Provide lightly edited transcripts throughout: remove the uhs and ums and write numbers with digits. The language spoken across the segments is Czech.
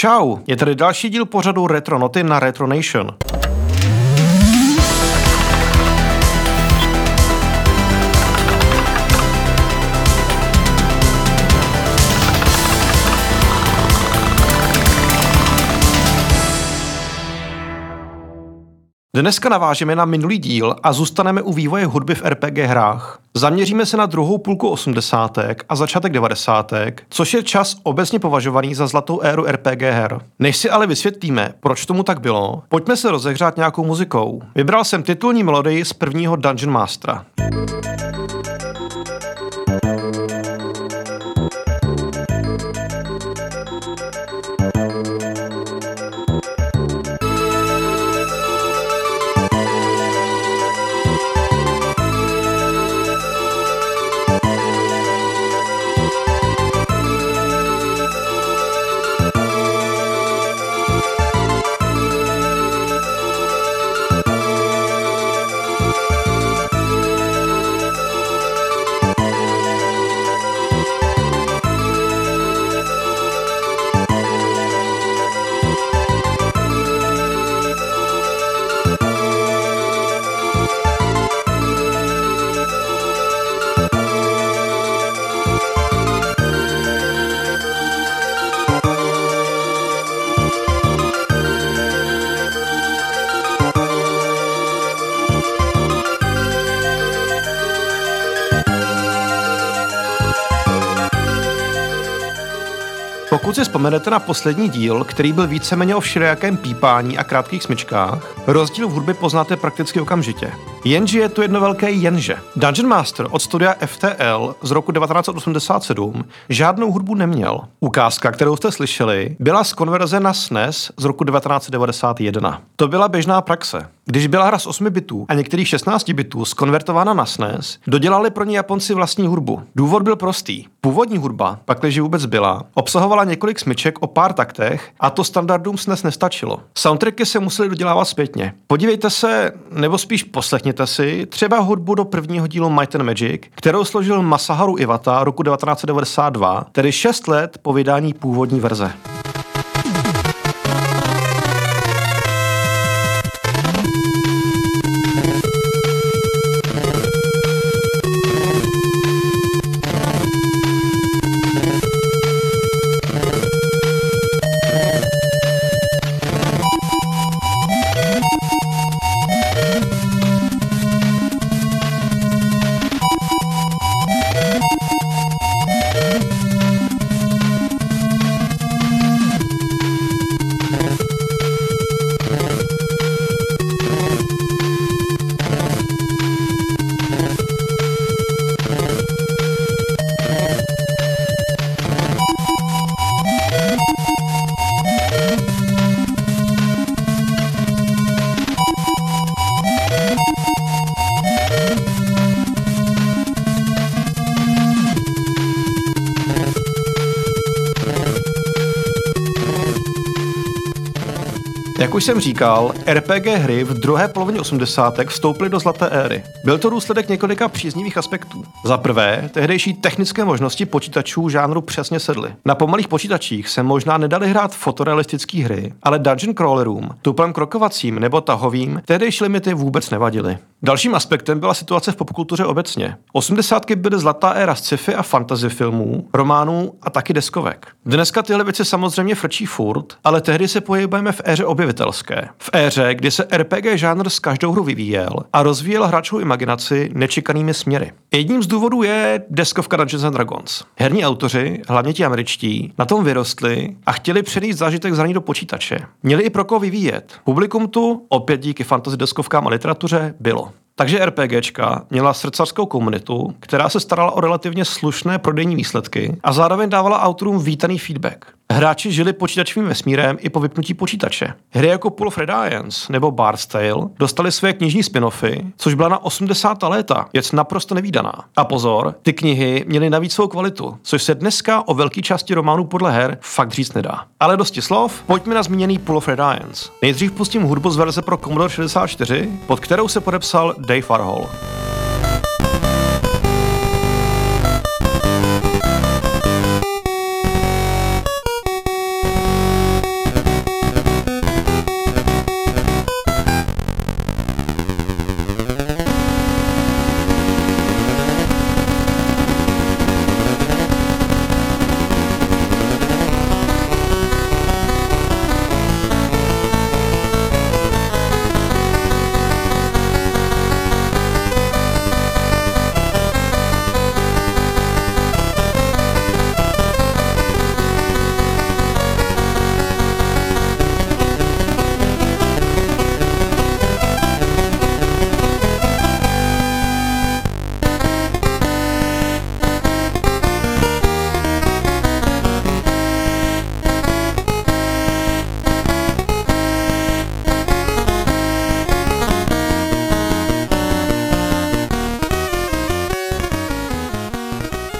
Čau, je tady další díl pořadu Retro Noty na Retro Nation. Dneska navážeme na minulý díl a zůstaneme u vývoje hudby v RPG hrách. Zaměříme se na druhou půlku 80. a začátek 90., což je čas obecně považovaný za zlatou éru RPG her. Než si ale vysvětlíme, proč tomu tak bylo, pojďme se rozehřát nějakou muzikou. Vybral jsem titulní melodii z prvního Dungeon Mastera. Pokud si vzpomenete na poslední díl, který byl víceméně o všelijakém pípání a krátkých smyčkách, rozdíl v hudbě poznáte prakticky okamžitě. Jenže je tu jedno velké jenže. Dungeon Master od studia FTL z roku 1987 žádnou hudbu neměl. Ukázka, kterou jste slyšeli, byla z konverze na SNES z roku 1991. To byla běžná praxe. Když byla hra z 8 bitů a některých 16 bitů skonvertována na SNES, dodělali pro ní Japonci vlastní hudbu. Důvod byl prostý. Původní hudba, pakliže vůbec byla, obsahovala několik smyček o pár taktech a to standardům SNES nestačilo. Soundtracky se museli dodělávat zpětně. Podívejte se, nebo spíš poslechněte si třeba hudbu do prvního dílu Might and Magic, kterou složil Masaharu Iwata roku 1992, tedy 6 let po vydání původní verze. Jak už jsem říkal, RPG hry v druhé polovině 80. vstoupily do zlaté éry. Byl to důsledek několika příznivých aspektů. Za prvé, tehdejší technické možnosti počítačů žánru přesně sedly. Na pomalých počítačích se možná nedali hrát fotorealistické hry, ale dungeon crawlerům, tupem krokovacím nebo tahovým, tehdejší limity vůbec nevadily. Dalším aspektem byla situace v popkultuře obecně. 80. byly zlatá éra sci-fi a fantasy filmů, románů a taky deskovek. Dneska tyhle věci samozřejmě frčí furt, ale tehdy se pohybujeme v éře objevitelské. V éře, kdy se RPG žánr s každou hru vyvíjel a rozvíjel hráčovou imaginaci nečekanými směry. Jedním z důvodů je deskovka Dungeons and Dragons. Herní autoři, hlavně ti američtí, na tom vyrostli a chtěli přenést zážitek zraní do počítače. Měli i pro koho vyvíjet. Publikum tu, opět díky fantasy deskovkám a literatuře, bylo. Takže RPGčka měla srdcařskou komunitu, která se starala o relativně slušné prodejní výsledky a zároveň dávala autorům vítaný feedback. Hráči žili počítačovým vesmírem i po vypnutí počítače. Hry jako Pool of Radiance nebo Bard's Tale dostaly své knižní spin-offy, což byla na 80. léta věc naprosto nevídaná. A pozor, ty knihy měly navíc svou kvalitu, což se dneska o velké části románů podle her fakt říct nedá. Ale dosti slov, pojďme na zmíněný Pool of Radiance. Nejdřív pustím hudbu z verze pro Commodore 64, pod kterou se podepsal Dave Warhol.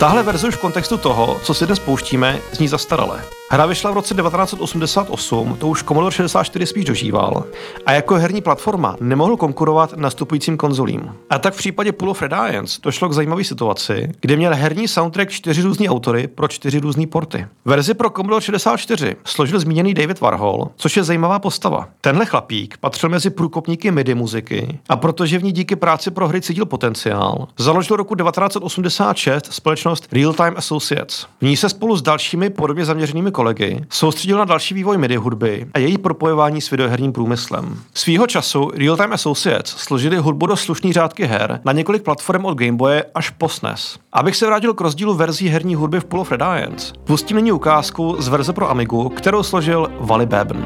Tahle verze už v kontextu toho, co si dnes pouštíme, zní zastarale. Hra vyšla v roce 1988, to už Commodore 64 spíš dožíval, a jako herní platforma nemohl konkurovat nastupujícím konzolím. A tak v případě Pool of Radiance došlo k zajímavé situaci, kde měl herní soundtrack 4 různý autory pro 4 různý porty. Verzi pro Commodore 64 složil zmíněný David Warhol, což je zajímavá postava. Tenhle chlapík patřil mezi průkopníky MIDI muziky a protože v ní díky práci pro hry cítil potenciál, založil roku 1986 společnost Real Time Associates. V ní se spolu s dalšími podobně zaměřenými kolegy soustředil na další vývoj MIDI hudby a její propojování s videoherním průmyslem. Svýho času Real Time Associates složili hudbu do slušný řádky her na několik platform od Game Boye až po SNES. Abych se vrátil k rozdílu verzí herní hudby v Pool of Radiance, pustím nyní ukázku z verze pro Amigu, kterou složil Wally Baben.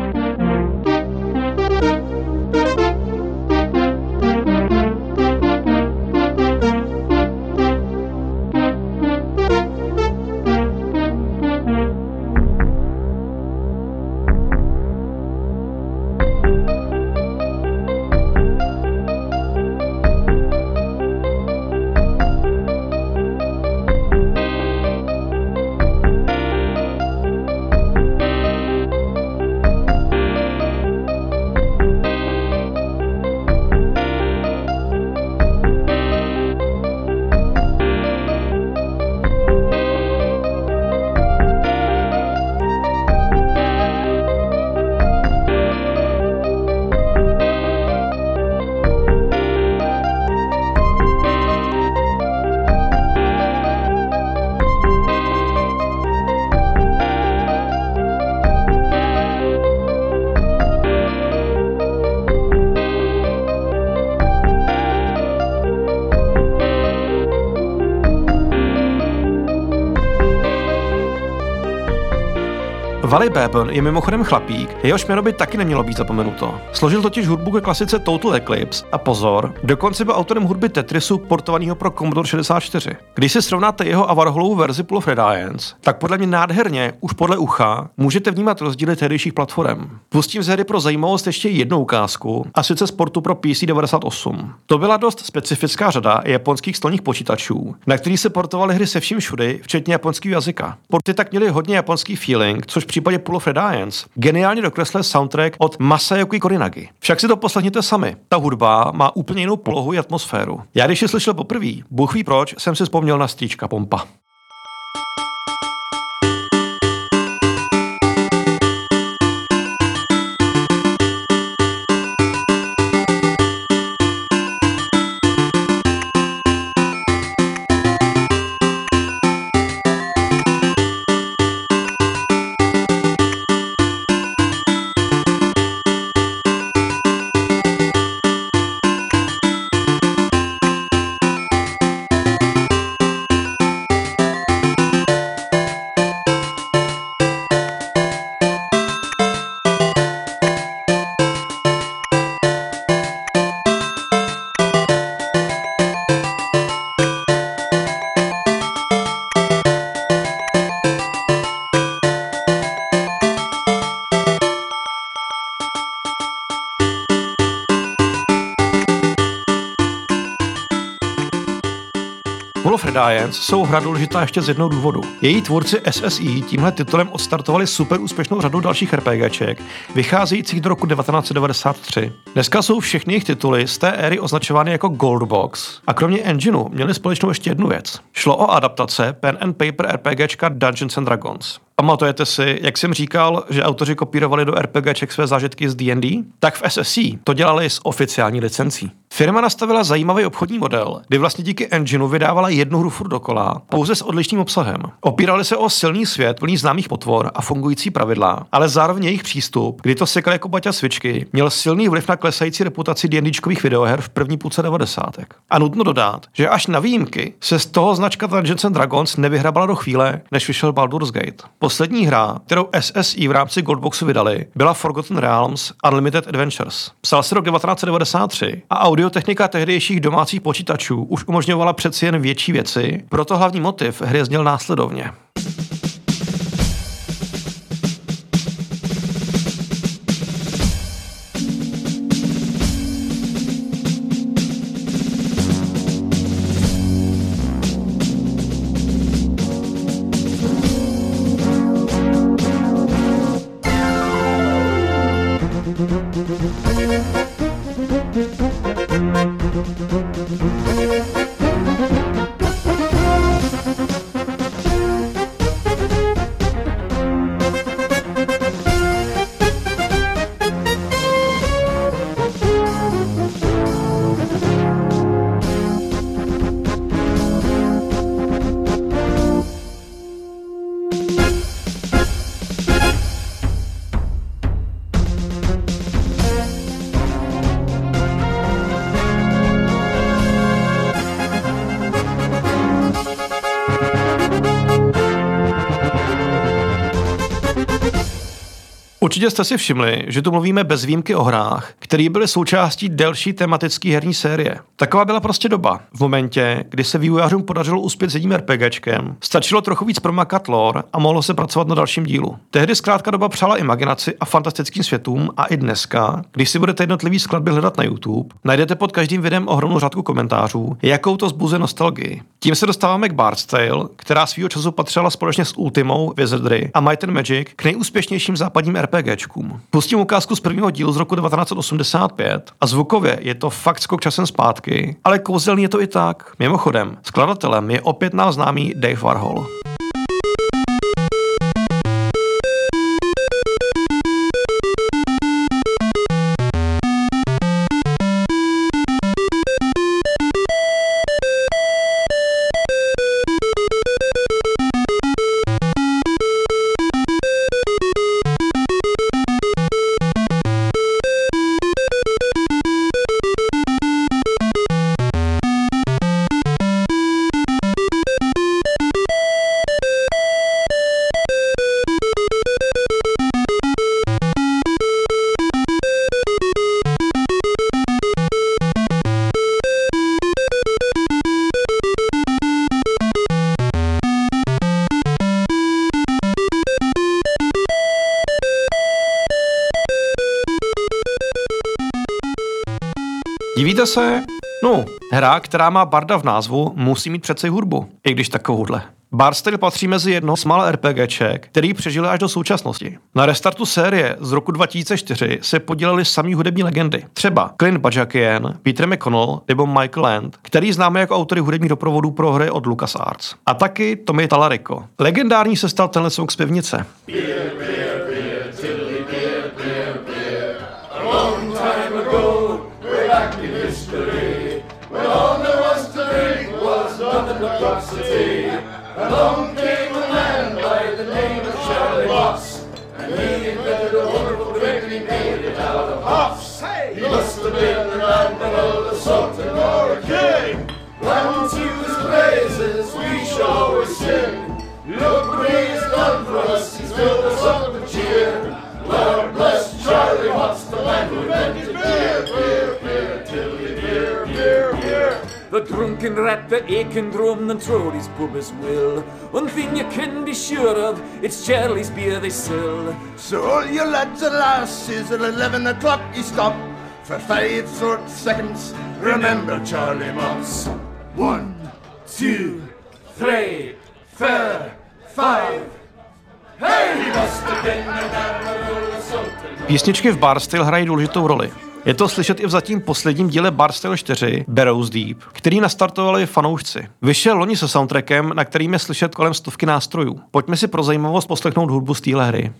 Wally Baben je mimochodem chlapík, jehož jméno by taky nemělo být zapomenuto. Složil totiž hudbu ke klasice Total Eclipse a pozor, dokonce byl autorem hudby Tetrisu portovaného pro Commodore 64. Když si srovnáte jeho a Warholovou verzi Pool of Radiance, tak podle mě nádherně, už podle ucha, můžete vnímat rozdíly tehdejších platform. Pustím z hry pro zajímavost ještě jednu ukázku, a sice z portu pro PC 98. To byla dost specifická řada japonských stolních počítačů, na který se portovaly hry se vším všudy, včetně japonského jazyka. Porty tak měly hodně japonský feeling, což v případě Pool of Radiance geniálně dokreslil soundtrack od Masayuki Korinagi. Však si to poslechněte sami. Ta hudba má úplně jinou polohu i atmosféru. Já když ji slyšel poprvé, bůh ví proč, jsem si vzpomněl na Stříčka Pompa. Pool of Radiance jsou hra důležitá ještě z jednoho důvodu. Její tvůrci SSI tímhle titulem odstartovali super úspěšnou řadu dalších RPGček, vycházejících do roku 1993. Dneska jsou všechny jejich tituly z té éry označovány jako Goldbox a kromě engineu měli společnou ještě jednu věc. Šlo o adaptace pen and paper RPGčka Dungeons and Dragons. Pamatujete si, jak jsem říkal, že autoři kopírovali do RPGček své zážitky z D&D? Tak v SSI to dělali s oficiální licencí. Firma nastavila zajímavý obchodní model, kdy vlastně díky engineu vydávala jednu hru furt dokola, pouze s odlišným obsahem. Opírali se o silný svět plný známých potvor a fungující pravidla, ale zároveň jejich přístup, kdy to sekal jako baťa svičky, měl silný vliv na klesající reputaci D&Dčkových videoher v první půlce 90. A nutno dodat, že až na výjimky se z toho značka Dungeons and Dragons nevyhrabala do chvíle, než vyšel Baldur's Gate. Poslední hra, kterou SSI v rámci Goldboxu vydali, byla Forgotten Realms Unlimited Adventures. Psal se rok 1993 a audiotechnika tehdejších domácích počítačů už umožňovala přeci jen větší věci, proto hlavní motiv hry zněl následovně. Určitě jste si všimli, že tu mluvíme bez výjimky o hrách, které byly součástí delší tematické herní série. Taková byla prostě doba. V momentě, kdy se vývojářům podařilo uspět s jedním RPGčkem, stačilo trochu víc promakat lore a mohlo se pracovat na dalším dílu. Tehdy zkrátka doba přála imaginaci a fantastickým světům a i dneska, když si budete jednotlivý skladby hledat na YouTube, najdete pod každým videem ohromnou řádku komentářů, jakou to zbuzuje nostalgii. Tím se dostáváme k Bard's Tale, která svýho času patřila společně s Ultimou, Wizardry a Might and Magic k nejúspěšnějším západním RPGčkům. Pustím ukázku z prvního dílu z roku 1985 a zvukově je to fakt skok časem zpátky, ale kouzelný je to i tak. Mimochodem, skladatelem je opět nám známý Dave Warhol. Divíte se? No, hra, která má barda v názvu, musí mít přece hudbu, i když takovouhle. Bard's Tale patří mezi jedno z mála RPGček, který přežili až do současnosti. Na restartu série z roku 2004 se podílely samý hudební legendy. Třeba Clint Bajakian, Peter McConnell nebo Michael Land, který známe jako autory hudebních doprovodů pro hry od LucasArts. A taky Tommy Tallarico. Legendární se stal tenhle song z pivnice. Along came a man by the name of Charlie Moss, and he invented a wonderful drink and he made it out of hops. He must have been an admiral, a sultan, or a king. When to his praises we shall always sing. Look what he's done for us, he's filled us up with cheer. Lord bless Charlie Moss, the man who invented beer, beer, beer, Tilly beer, beer, beer. The drunken rat, the aching drum, and Trody's pub as well. One thing you can be sure of, it's Charlie's beer they sell. So all you lads and lasses, at 11 o'clock you stop. For 5 short seconds, remember Charlie Moss. 1, 2, 3, 4, 5. Hey! He must have been an admiral or something. Písničky v Bard's Tale hrají důležitou roli. Je to slyšet i v zatím posledním díle Bard's Tale 4, Barrows Deep, který nastartovali fanoušci. Vyšel loni se soundtrackem, na kterým je slyšet kolem 100 nástrojů. Pojďme si pro zajímavost poslechnout hudbu z téhle hry.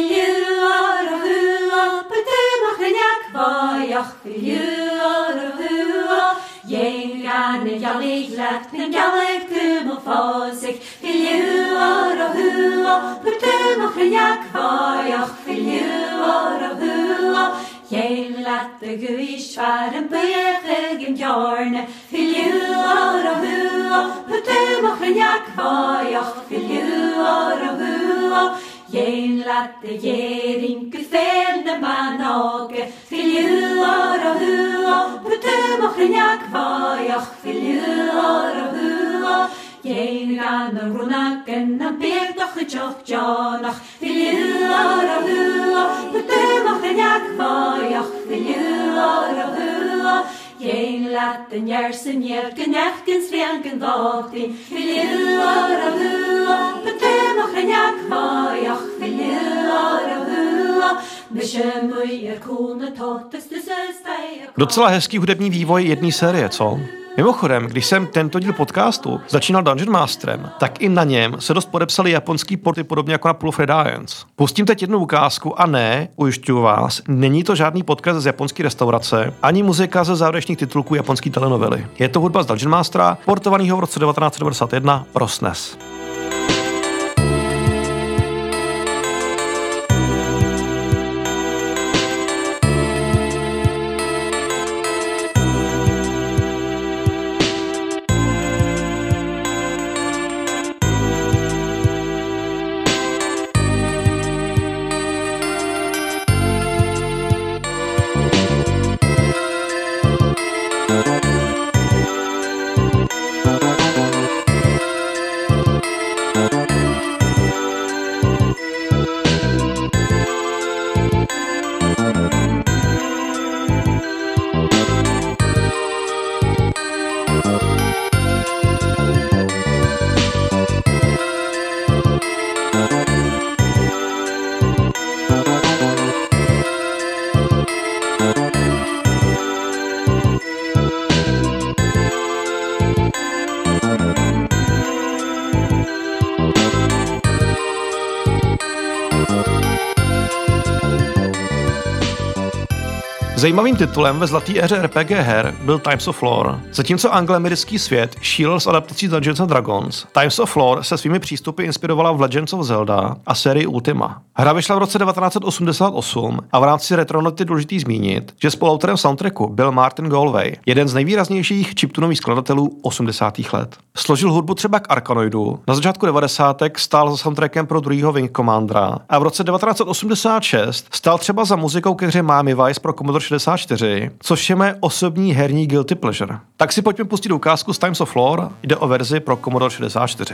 Geen laat de gewicht varen begen bjorne, filjuar og hua, putte mochen jak vajach, filjuar og hua. Geen laat de jering kufelde manage, filjuar og hua, putte mochen jak vajach, filjuar og hua. Geen gaan en roenaken en beek nog getjoch jonach, filjuar og hua, putte mochen jak vajach, filjuar og hua. Geen laat den jersen jerken echten svenken dagti, filjuar og hua, putte mochen jak vajach, filjuar og hua. Docela hezký hudební vývoj jedné série, co? Mimochodem, když jsem tento díl podcastu začínal Dungeon Masterem, tak i na něm se dost podepsali japonský porty podobně jako na Pool of Radiance. Pustím teď jednu ukázku a ne, ujišťuju vás, není to žádný podcast z japonské restaurace, ani muzika ze závěrečných titulků japonské telenovely. Je to hudba z Dungeon Mastera, portovanýho v roce 1991 pro SNES. Zajímavým titulem ve zlaté éře RPG her byl Times of Lore. Zatímco angloamerický svět šílel s adaptací Dungeons and Dragons, Times of Lore se svými přístupy inspirovala v Legends of Zelda a sérii Ultima. Hra vyšla v roce 1988 a v rámci Retronoty důležitý zmínit, že spoluautorem soundtracku byl Martin Galway, jeden z nejvýraznějších chiptunových skladatelů 80. let. Složil hudbu třeba k Arkanoidu, na začátku 90. stál za soundtrackem pro druhýho Wing Commandera a v roce 1986 stál třeba za muzikou ke hře Miami Vice pro Commodore 64, což je mé osobní herní guilty pleasure. Tak si pojďme pustit ukázku z Times of Lore, jde o verzi pro Commodore 64.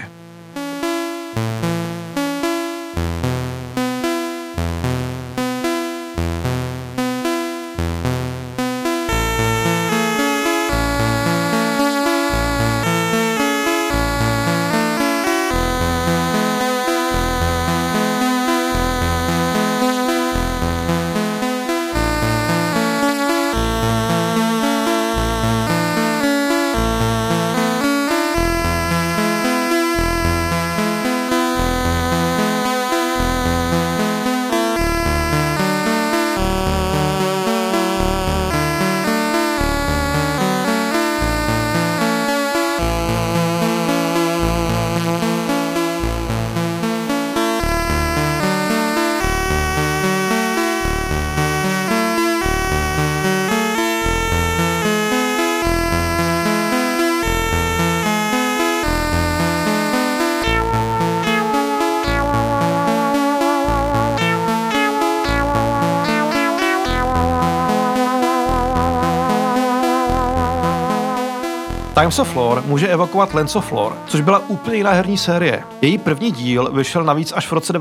Times of Lore může evokovat Lands of Lore, což byla úplně jiná herní série. Její první díl vyšel navíc až v roce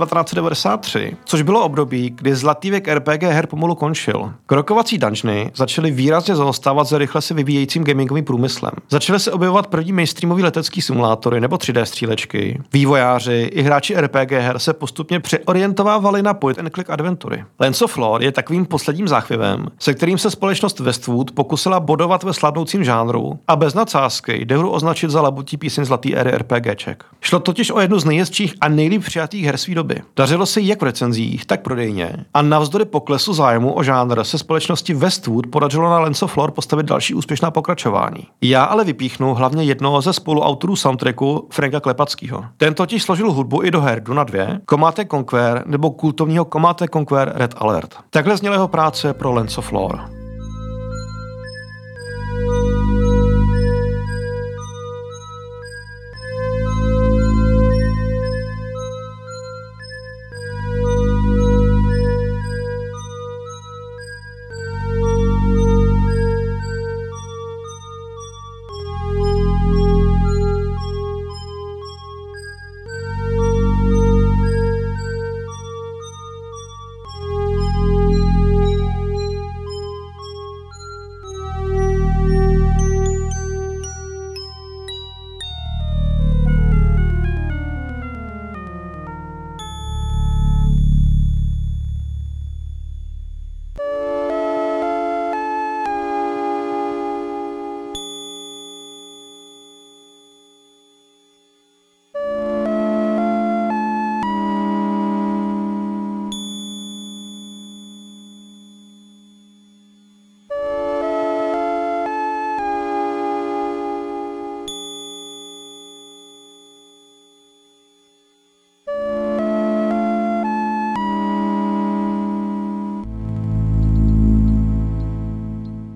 1993, což bylo období, kdy zlatý věk RPG her pomalu končil. Krokovací dungeony začaly výrazně zaostávat za rychle se vyvíjejícím gamingovým průmyslem. Začaly se objevovat první mainstreamový letecký simulátory nebo 3D střílečky. Vývojáři i hráči RPG her se postupně přeorientovávali na point and click adventury. Lands of Lore je takovým posledním záchvěvem, se kterým se společnost Westwood pokusila bodovat ve slavnoucím žánru a bez nadsázky jde hru označit za labutí píseň zlatý éry RPGček. Šlo totiž o jednu z nejhezčích a nejlíp přijatých her své doby. Dařilo se jak v recenzích, tak prodejně a navzdory poklesu zájmu o žánr se společnosti Westwood podařilo na Lands of Lore postavit další úspěšná pokračování. Já ale vypíchnu hlavně jednoho ze spoluautorů soundtracku Franka Klepackého. Ten totiž složil hudbu i do her Duna 2, Command & Conquer nebo kultovního Command & Conquer Red Alert. Takhle zněla jeho práce pro Lands of Lore.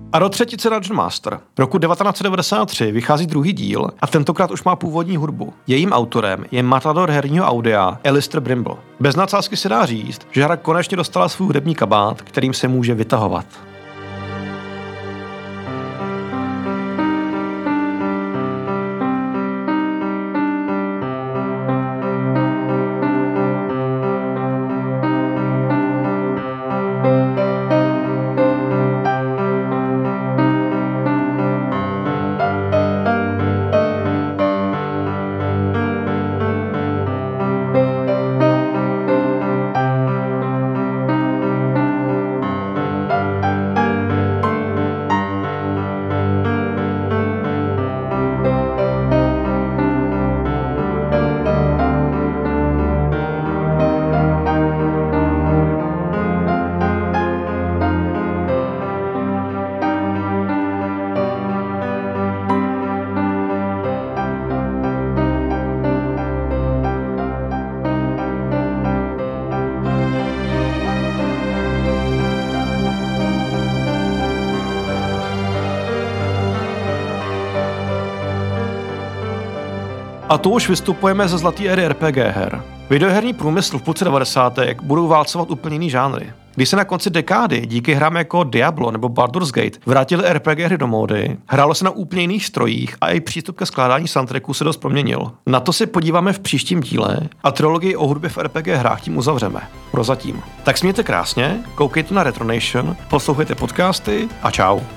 A do třetice Dungeon Master. V roku 1993 vychází druhý díl a tentokrát už má původní hudbu. Jejím autorem je matador herního audia Alistair Brimble. Bez nadsázky se dá říct, že hra konečně dostala svůj hudební kabát, kterým se může vytahovat. A to už vystupujeme ze zlaté éry RPG her. Videoherní průmysl v půlce 90. budou válcovat úplně jiný žánry. Když se na konci dekády díky hrám jako Diablo nebo Baldur's Gate vrátily RPG hry do módy, hrálo se na úplně jiných strojích a i přístup ke skládání soundtracků se dost proměnil. Na to se podíváme v příštím díle a trilogii o hudbě v RPG hrách tím uzavřeme. Prozatím. Tak smějte krásně, koukejte na Retro Nation, poslouchejte podcasty a čau.